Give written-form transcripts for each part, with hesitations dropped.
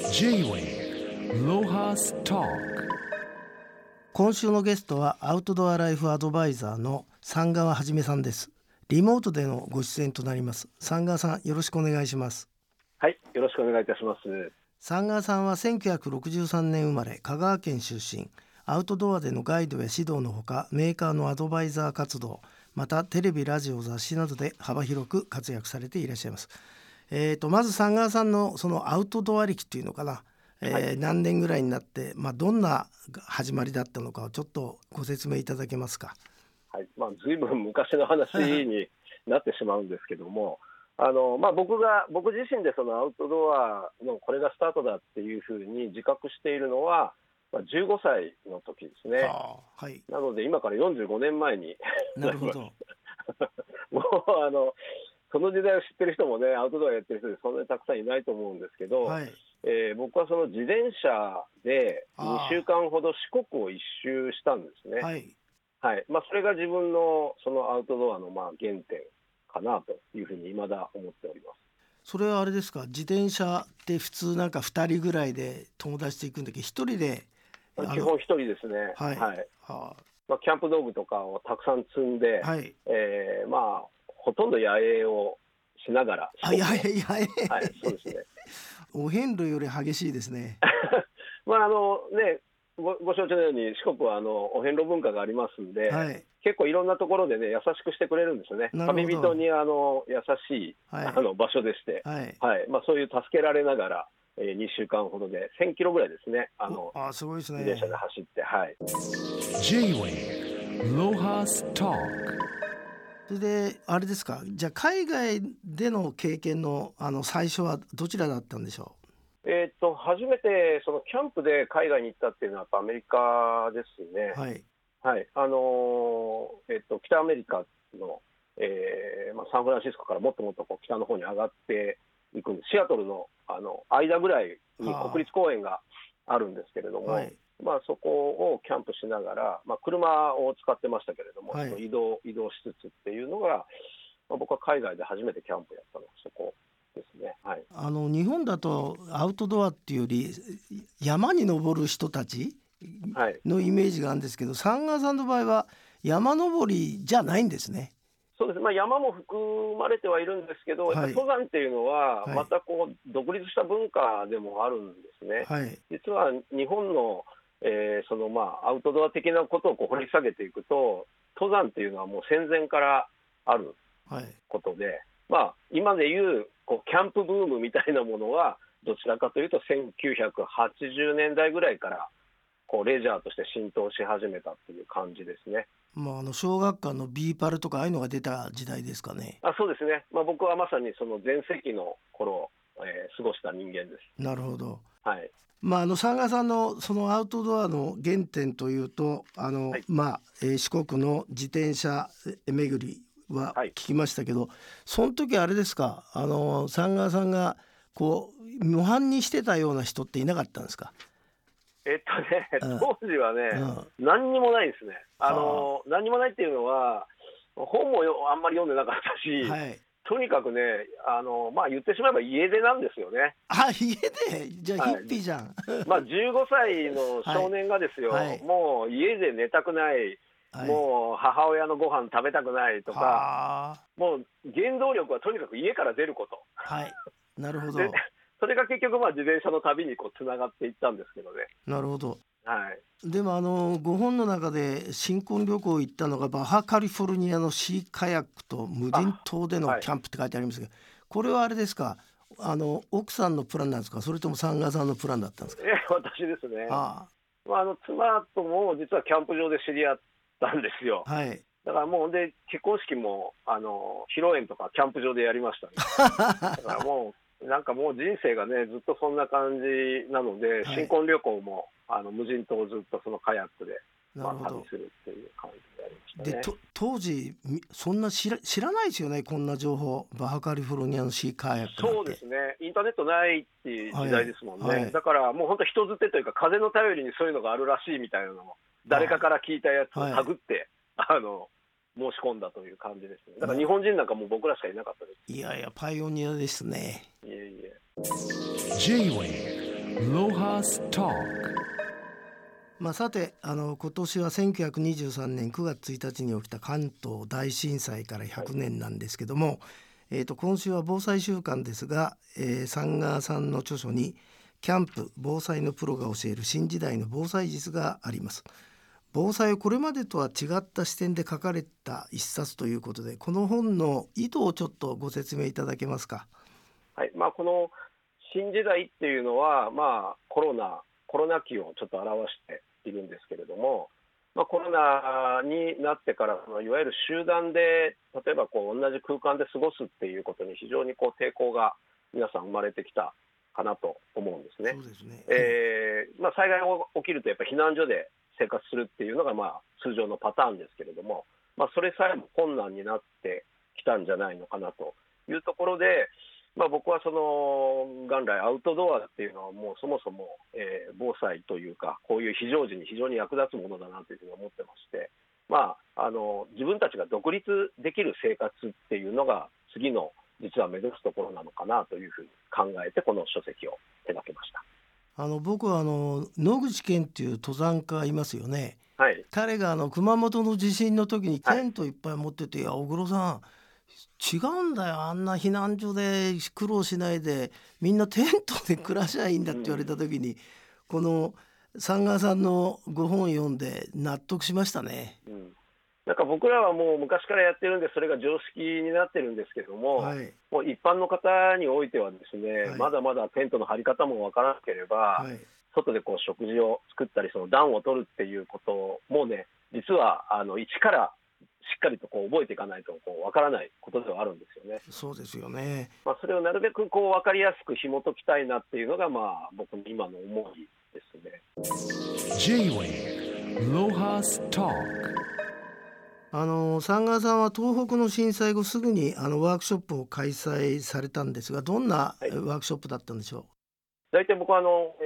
J-Way ロハストーク。 今週のゲストはアウトドアライフアドバイザーの三川はじめさんです。リモートでのご出演となります。三川さん、よろしくお願いします。 はい、よろしくお願いいたします。 三川さんは1963年生まれ、香川県出身。アウトドアでのガイドや指導のほか、メーカーのアドバイザー活動、またテレビ、ラジオ、雑誌などで幅広く活躍されていらっしゃいます。まず三川さんのそのアウトドア歴っていうのかな、何年ぐらいになって、どんな始まりだったのかをちょっとご説明いただけますか。 はい、随分昔の話になってしまうんですけども、僕自身でそのアウトドアのこれがスタートだっていうふうに自覚しているのは、15歳の時ですね。 はい、 なので今から45年前になるほどもうその時代を知ってる人もね、アウトドアやってる人でそんなにたくさんいないと思うんですけど、 はい、 僕はその自転車で2週間ほど四国を一周したんですね。 はいはい、それが自分のそのアウトドアの原点かなというふうに未だ思っております。 それはあれですか、自転車って普通なんか2人ぐらいで友達と行くんだけど、1人で基本一人ですね。 はい、 はいキャンプ道具とかをたくさん積んで、 はい、 ほとんど野営をしながら。 野営はい、そうですね。 お遍路より激しいですね。 ご承知のように四国はお遍路文化がありますんで、 はい、 結構いろんなところでね優しくしてくれるんですよね。旅人に優しい、場所でして、そういう助けられながら、2週間ほどで1000キロぐらいですね。 すごいですね。 自転車で走って、はい。 J-Way ロハストーク。 それであれですか、じゃあ海外での経験の最初はどちらだったんでしょう。 初めてそのキャンプで海外に行ったっていうのはやっぱアメリカですね。 はい、 はい。北アメリカの、サンフランシスコからもっともっと北の方に上がっていくんです。シアトルの間ぐらいに国立公園があるんですけれども、そこをキャンプしながら、車を使ってましたけれども、その移動しつつっていうのが、僕は海外で初めてキャンプやったのはそこですね。はい、 日本だとアウトドアっていうより山に登る人たちのイメージがあるんですけど、三川さんの場合は山登りじゃないんですね。 そうです。山も含まれてはいるんですけど、やっぱり登山っていうのはまた独立した文化でもあるんですね。実は日本のアウトドア的なことを掘り下げていくと、登山っていうのはもう戦前からあることで、今でいうキャンプブームみたいなものはどちらかというと1980年代ぐらいからレジャーとして浸透し始めたっていう感じですね。 小学館のビーパルとかああいうのが出た時代ですかね。 そうですね。僕はまさにその全盛期の頃を、過ごした人間です。 なるほど。 はい。 三川さんのそのアウトドアの原点というと四国の自転車巡りは聞きましたけど、その時あれですか、三川さんが模範にしてたような人っていなかったんですか。 当時はね、何にもないですね。何にもないっていうのは本もあんまり読んでなかったし、とにかくね、言ってしまえば家出なんですよね。 家出じゃあヒッピーじゃん。 15歳の少年がですよ、もう家で寝たくない、もう母親のご飯食べたくないとか、もう原動力はとにかく家から出ること。 なるほど。 それが結局自転車の旅につながっていったんですけどね。 なるほど。でもご本の中で新婚旅行行ったのがバハカリフォルニアのシーカヤックと無人島でのキャンプって書いてありますけど、これはあれですか、奥さんのプランなんですか、それとも三川さんのプランだったんですか。 私ですね。妻とも実はキャンプ場で知り合ったんですよ。だからもう結婚式も披露宴とかキャンプ場でやりましたね。だからもう人生がねずっとそんな感じなので、新婚旅行も無人島をずっとそのカヤックで旅するっていう感じでやりましたね。 当時そんな知らないですよね、こんな情報。バハカリフォルニアのシーカヤックなんて。 そうですね。インターネットないっていう時代ですもんね。だからもう本当人づてというか風の頼りにそういうのがあるらしいみたいなのも誰かから聞いたやつを探って申し込んだという感じですね。だから日本人なんかもう僕らしかいなかったです。 いやいやパイオニアですね。 いえいえ。 J-Way Lohas Talk。 さて今年は1923年9月1日に起きた関東大震災から100年なんですけども、今週は防災週間ですが、寒川さんの著書にキャンプ防災のプロが教える新時代の防災術があります。防災をこれまでとは違った視点で書かれた一冊ということで、この本の意図をちょっとご説明いただけますか。 はい、この新時代っていうのは、コロナ期をちょっと表しているんですけれども、コロナになってからいわゆる集団で例えば同じ空間で過ごすっていうことに非常に抵抗が皆さん生まれてきたかなと思うんですね。 そうですね。 災害が起きるとやっぱり避難所で生活するっていうのが通常のパターンですけれども、それさえも困難になってきたんじゃないのかなというところで、僕は元来アウトドアっていうのはもうそもそも、防災というかこういう非常時に非常に役立つものだなというふうに思ってまして、自分たちが独立できる生活っていうのが次の実は目指すところなのかなというふうに考えてこの書籍を手掛けました。 僕は野口健っていう登山家いますよね、 はい、 彼が熊本の地震の時にテントいっぱい持ってて、小黒さん違うんだよ、あんな避難所で苦労しないでみんなテントで暮らしゃいいんだって言われた時に、この寒川さんのご本読んで納得しましたね。 なんか僕らはもう昔からやってるんでそれが常識になってるんですけども、もう一般の方においてはですね、まだまだテントの張り方もわからなければ、外で食事を作ったり暖を取るっていうこともね、実は一からしっかりと覚えていかないとわからないことではあるんですよね。 そうですよね。 それをなるべく分かりやすく紐解きたいなっていうのが僕の今の思いですね。 J-Wave Lohas Talk。 寒川さんは東北の震災後すぐにワークショップを開催されたんですが、どんなワークショップだったんでしょう。 大体僕は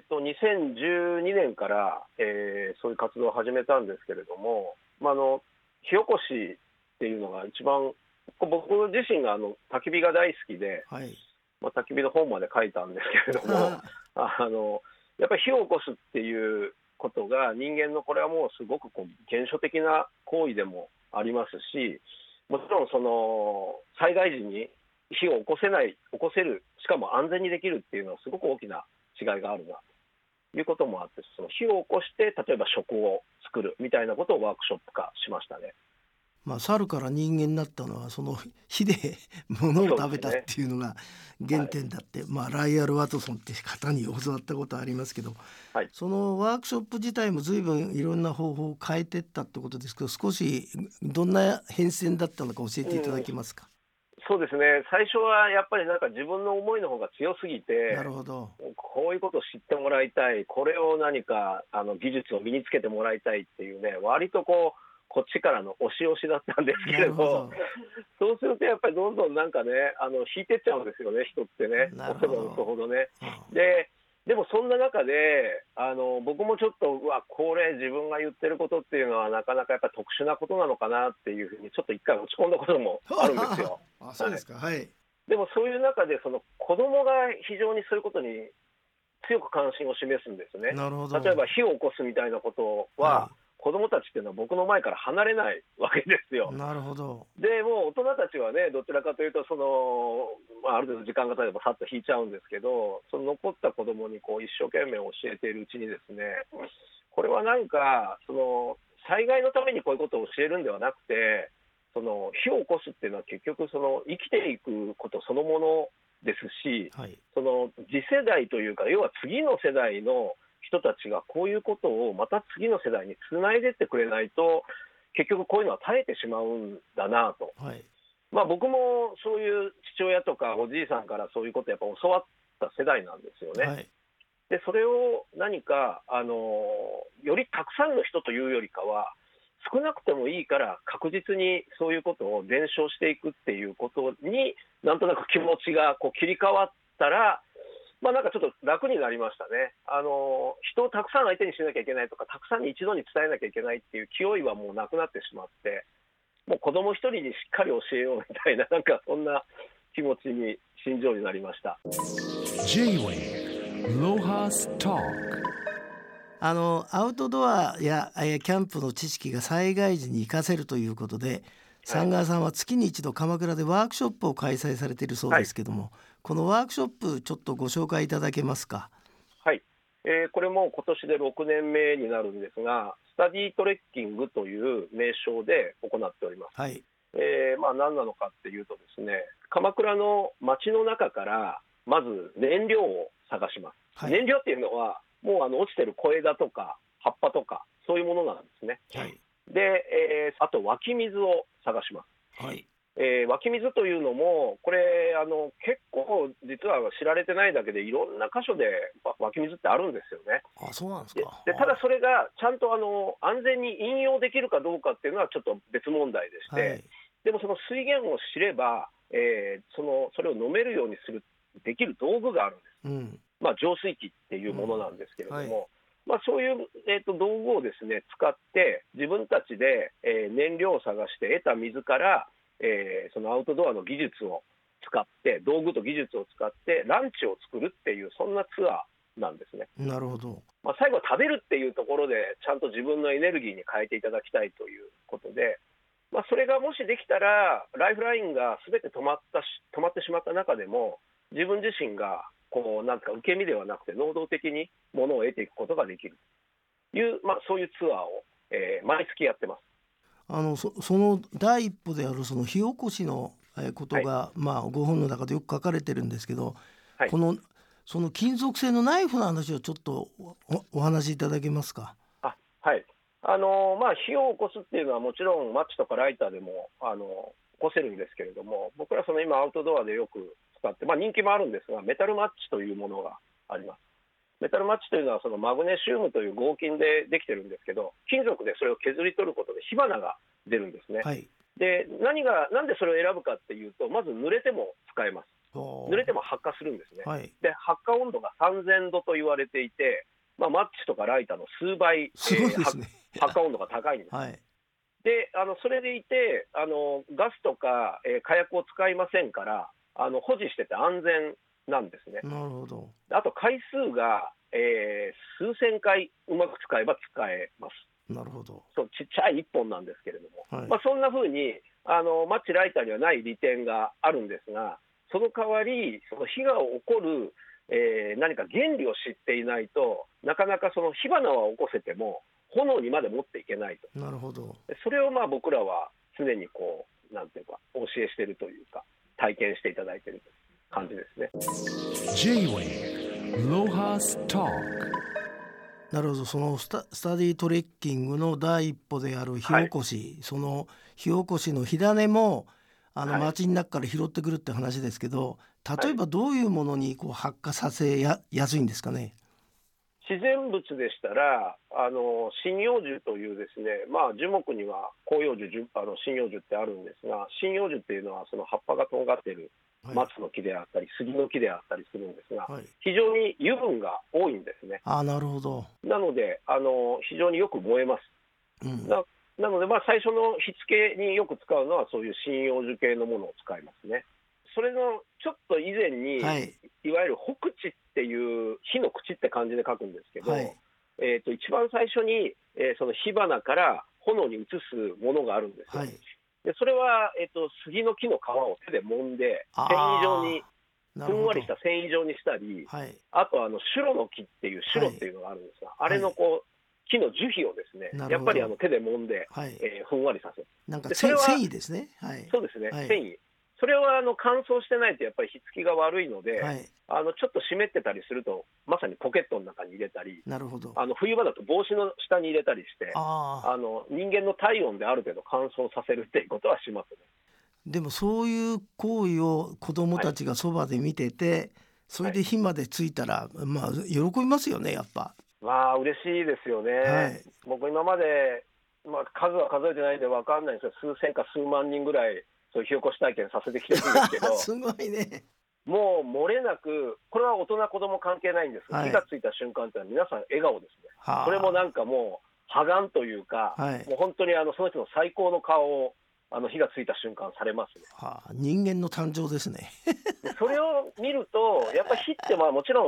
2012年から、そういう活動を始めたんですけれども、火起こしっていうのが一番僕自身が焚き火が大好きで、焚き火の本まで書いたんですけれどもやっぱり火を起こすっていうことが人間のこれはもうすごく原初的な行為でもありますし、もちろん災害時に火を起こせる、しかも安全にできるっていうのはすごく大きな違いがあるなということもあって、火を起こして例えば食を作るみたいなことをワークショップ化しましたね。 猿から人間になったのはその火で物を食べたっていうのが原点だって、ライアル・ワトソンって方に教わったことありますけど、そのワークショップ自体も随分いろんな方法を変えていったってことですけど、少しどんな変遷だったのか教えていただけますか。 そうですね、最初はやっぱり自分の思いの方が強すぎて、 なるほど、 こういうことを知ってもらいたい、これを何か技術を身につけてもらいたいっていうね、割とこっちからの押し押しだったんですけれど、そうするとやっぱりどんどん引いてっちゃうんですよね、人ってね、押せば押すほどね。でもそんな中で僕もちょっとこれ自分が言ってることっていうのはなかなかやっぱ特殊なことなのかなっていうふうにちょっと一回落ち込んだこともあるんですよ。 そうですか。 でもそういう中で子供が非常にそういうことに強く関心を示すんですね。例えば火を起こすみたいなことは、子供たちっていうのは僕の前から離れないわけですよ。 なるほど。 でもう大人たちはね、どちらかというとある程度時間が経てばさっと引いちゃうんですけど、残った子供に一生懸命教えているうちにですね、これは災害のためにこういうことを教えるんではなくて、火を起こすっていうのは結局生きていくことそのものですし、次世代というか要は次の世代の人たちがこういうことをまた次の世代につないでってくれないと結局こういうのは絶えてしまうんだなと、僕もそういう父親とかおじいさんからそういうことをやっぱ教わった世代なんですよね。でそれを何かよりたくさんの人というよりかは少なくてもいいから確実にそういうことを伝承していくっていうことになんとなく気持ちが切り替わったらなんかちょっと楽になりましたね。人をたくさん相手にしなきゃいけないとかたくさんに一度に伝えなきゃいけないっていう気負いはもうなくなってしまって、もう子供一人にしっかり教えようみたいな、なんかそんな気持ちに心情になりました。 J-Wave Lohas Talk。 アウトドアやキャンプの知識が災害時に活かせるということで、寒川さんは月に一度鎌倉でワークショップを開催されているそうですけども、このワークショップちょっとご紹介いただけますか？ はい、これも今年で6年目になるんですが、スタディトレッキングという名称で行っております。 はい。 何なのかっていうとですね、鎌倉の街の中からまず燃料を探します。はい、燃料っていうのはもう落ちてる小枝とか葉っぱとかそういうものなんですね。はい、で、あと湧き水を探します。はい。湧き水というのもこれ結構実は知られてないだけでいろんな箇所で湧き水ってあるんですよね。 あ、そうなんですか。 でただそれがちゃんと安全に飲用できるかどうかっていうのはちょっと別問題でして、はい、でもその水源を知れば、それを飲めるようにできる道具があるんです。浄水器っていうものなんですけれども、はい、そういう、道具をですね使って自分たちで、燃料を探して得た水から、そのアウトドアの技術を使って道具と技術を使ってランチを作るっていうそんなツアーなんですね。 なるほど。 最後は食べるっていうところでちゃんと自分のエネルギーに変えていただきたいということで、それがもしできたらライフラインが全て止まってしまった中でも自分自身がなんか受け身ではなくて能動的に物を得ていくことができるという、そういうツアーを、毎月やってます。 その第一歩であるその火起こしのことが、はい、ご本の中でよく書かれてるんですけど、はい、その金属製のナイフの話をちょっと お話しいただけますか？ はい。火を起こすっていうのはもちろんマッチとかライターでも起こせるんですけれども、僕ら今アウトドアでよく使って、人気もあるんですがメタルマッチというものがあります。メタルマッチというのはそのマグネシウムという合金でできてるんですけど、金属でそれを削り取ることで火花が出るんですね。はい、でなんでそれを選ぶかっていうと、まず濡れても使えます。濡れても発火するんですね。はい、で発火温度が3000度と言われていて、マッチとかライターの数倍、発火温度が高いんです。はい、でそれでいてガスとか、火薬を使いませんから保持してて安全なんですね。 なるほど。 あと回数が、数千回うまく使えば使えます。 なるほど。 そうちっちゃい1本なんですけれども、はい、そんな風にマッチライターにはない利点があるんですが、その代わりその火が起こる、何か原理を知っていないとなかなかその火花は起こせても炎にまで持っていけないと。 なるほど。 それを僕らは常になんていうかお教えしているというか体験していただいているという感じですね。 J-Way Lohas Talk。 なるほど。そのスタディトレッキングの第一歩である火起こし、はい、その火起こしの火種も街の中から拾ってくるって話ですけど、例えばどういうものに発火させやすいんですかね？ 自然物でしたら針葉樹というですね、樹木には広葉樹、針葉樹ってあるんですが、針葉樹っていうのはその葉っぱがとんがっている松の木であったり杉の木であったりするんですが、はい、非常に油分が多いんですね。 なるほど。 なので非常によく燃えます。なので最初の火付けによく使うのはそういう針葉樹系のものを使いますね。それのちょっと以前に、はい、いわゆる火口っていう火の口って漢字で書くんですけど、はい、一番最初に、その火花から炎に移すものがあるんですよ。はい、でそれは、杉の木の皮を手で揉んで繊維状にふんわりした繊維状にしたり、はい、あとシュロの木っていうシュロっていうのがあるんですが、あれの木の樹皮をですね、やっぱり手で揉んで、ふんわりさせる。 なんか繊維ですね。はい、 そうですね、繊維。それは乾燥してないとやっぱり火付きが悪いので、はい、ちょっと湿ってたりするとまさにポケットの中に入れたり、 なるほど、 冬場だと帽子の下に入れたりして人間の体温である程度乾燥させるっていうことはしますね。 でもそういう行為を子どもたちがそばで見てて、はい、それで火までついたら、喜びますよね、やっぱ。 嬉しいですよね。はい、僕今まで、数は数えてないんで分かんないんですけど、数千か数万人ぐらいそういう火起こし体験させてきてるんですけどすごいね。 もう漏れなく、これは大人子供関係ないんですが、はい、火がついた瞬間ってのは皆さん笑顔ですね。これもなんかもう破顔というか、はい、もう本当にその人の最高の顔を火がついた瞬間されますね。 人間の誕生ですねでそれを見るとやっぱり火ってもちろん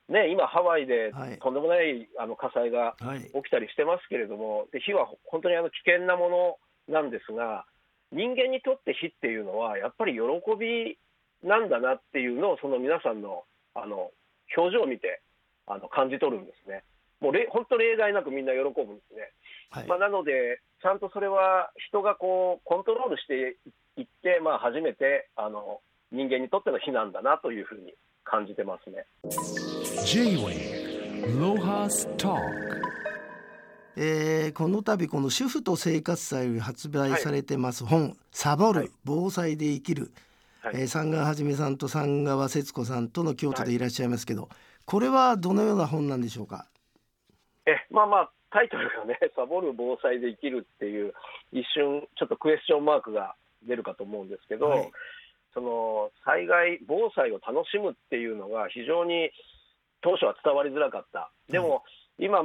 ね、今ハワイでとんでもない火災が起きたりしてますけれども、で火は本当に危険なものなんですが、人間にとって火っていうのはやっぱり喜びなんだなっていうのを、その皆さんの表情を見て感じ取るんですね。もう本当例外なくみんな喜ぶんですね。なのでちゃんとそれは人がこうコントロールしていって、初めて人間にとっての火なんだなというふうに感じてますね。 J-Way ロハストーク、この度この主婦と生活祭に発売されてます本、サボる、防災で生きる、三川はじめさんと三川節子さんとの京都でいらっしゃいますけど、これはどのような本なんでしょうか。 タイトルがね、サボる防災で生きるっていう、一瞬ちょっとクエスチョンマークが出るかと思うんですけど、その災害防災を楽しむっていうのが非常に当初は伝わりづらかった。でも、今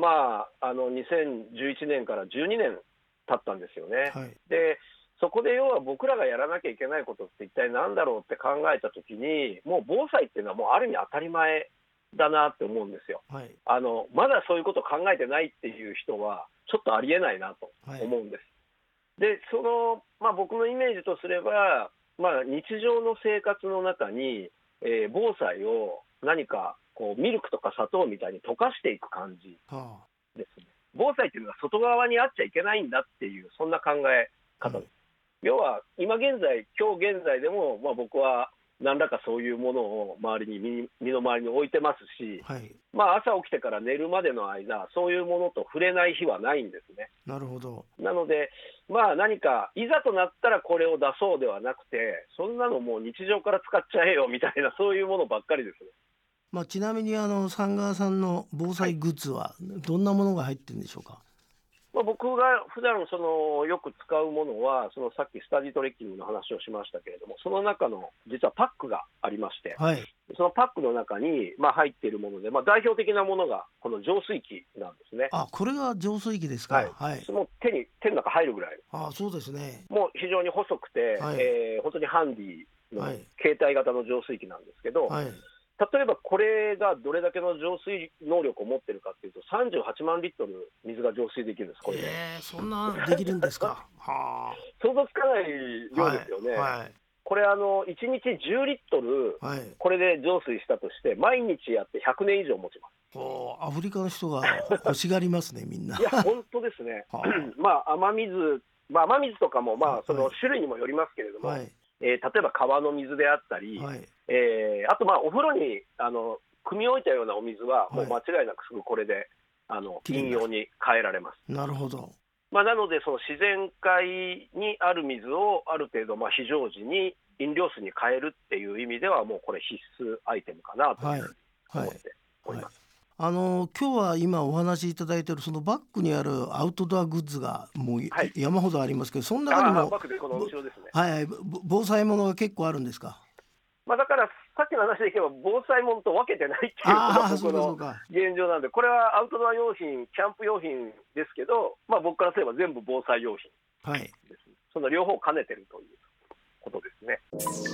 2011年から12年経ったんですよね。でそこで要は僕らがやらなきゃいけないことって一体何だろうって考えたときに、もう防災っていうのはもうある意味当たり前だなって思うんですよ。まだそういうことを考えてないっていう人はちょっとありえないなと思うんです。で僕のイメージとすれば、日常の生活の中に、防災を何かこうミルクとか砂糖みたいに溶かしていく感じですね。防災っていうのは外側にあっちゃいけないんだっていう、そんな考え方です。要は今現在でも、僕は何らかそういうものを身の回りに置いてますし、朝起きてから寝るまでの間、そういうものと触れない日はないんですね。 なるほど。 なので、何かいざとなったらこれを出そうではなくて、そんなのもう日常から使っちゃえよみたいな、そういうものばっかりですね。 ちなみに三川さんの防災グッズはどんなものが入ってるんでしょうか。 僕が普段よく使うものは、さっきスタディトレッキングの話をしましたけれども、その中の実はパックがありまして、そのパックの中に入っているもので、代表的なものがこの浄水器なんですね。 これが浄水器ですか。 もう手の中入るぐらい。 そうですね。 もう非常に細くて、本当にハンディの携帯型の浄水器なんですけど、例えばこれがどれだけの浄水能力を持っているかっていうと、38万リットル水が浄水できるんです。これでそんなできるんですか。 想像つかない量ですよね。これ1日10リットル、これで浄水したとして、毎日やって100年以上持ちます。 アフリカの人が欲しがりますねみんな。 いや本当ですね。雨水とかもその種類にもよりますけれども、例えば川の水であったり、あとお風呂に汲み置いたようなお水はもう間違いなくすぐこれで飲用に変えられます。 なるほど。 なのでその自然界にある水をある程度非常時に飲料水に変えるっていう意味では、もうこれ必須アイテムかなと思っております。 今日は今お話しいただいているそのバッグにあるアウトドアグッズがもう山ほどありますけど、その中にも防災ものが結構あるんですか。 だからさっきの話でいけば防災ものと分けてないっていうのが僕の現状なんで、これはアウトドア用品、キャンプ用品ですけど、僕からすれば全部防災用品です、その両方兼ねてるということですね。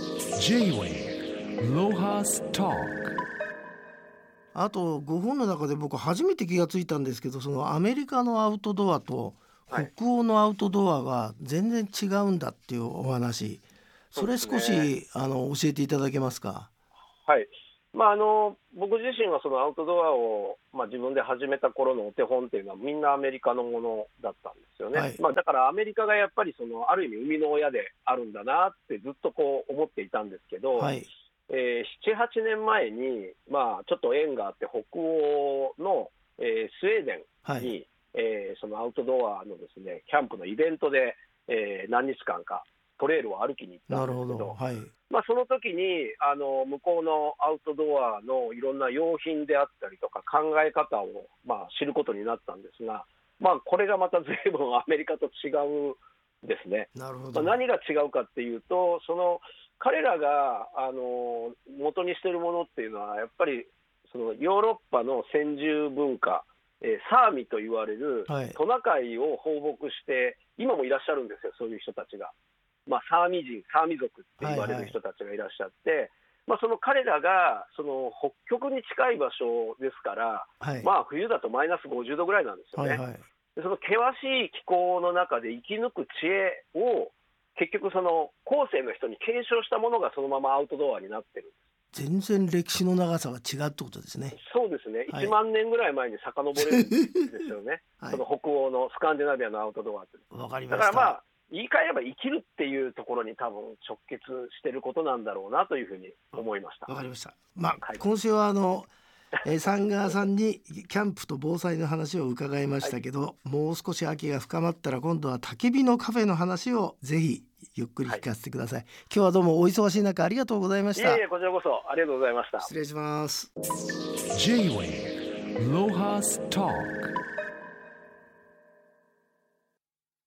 J-Way ロハストあと5本の中で僕初めて気がついたんですけど、そのアメリカのアウトドアと北欧のアウトドアが全然違うんだっていうお話、それ少し教えていただけますか。 僕自身はそのアウトドアを、自分で始めた頃のお手本っていうのはみんなアメリカのものだったんですよね。だからアメリカがやっぱりある意味生みの親であるんだなってずっと思っていたんですけど、7、8年前に、ちょっと縁があって北欧の、スウェーデンに、そのアウトドアのですね、キャンプのイベントで、何日間かトレイルを歩きに行ったんですけど、その時に向こうのアウトドアのいろんな用品であったりとか考え方を、知ることになったんですが、これがまた随分アメリカと違うんですね。何が違うかっていうと、彼らが元にしているものっていうのはやっぱりそのヨーロッパの先住文化、サーミと言われるトナカイを放牧して今もいらっしゃるんですよ、そういう人たちが。サーミ人、サーミ族って言われる人たちがいらっしゃって、 その彼らがその北極に近い場所ですから、冬だとマイナス50度ぐらいなんですよね。でその険しい気候の中で生き抜く知恵を結局その後世の人に継承したものがそのままアウトドアになってるんです。 全然歴史の長さが違うってことですね。 そうですね、1万年ぐらい前に遡れるんですよね、その北欧のスカンディナビアのアウトドアって。 わかりました。 だから言い換えれば生きるっていうところに多分直結してることなんだろうなというふうに思いました。 わかりました。今週は三川さんにキャンプと防災の話を伺いましたけど、もう少し秋が深まったら今度は焚き火のカフェの話をぜひゆっくり聞かせてください。今日はどうもお忙しい中ありがとうございました。 いえいえ、こちらこそありがとうございました。 失礼します。 J-Wave Lohas Talk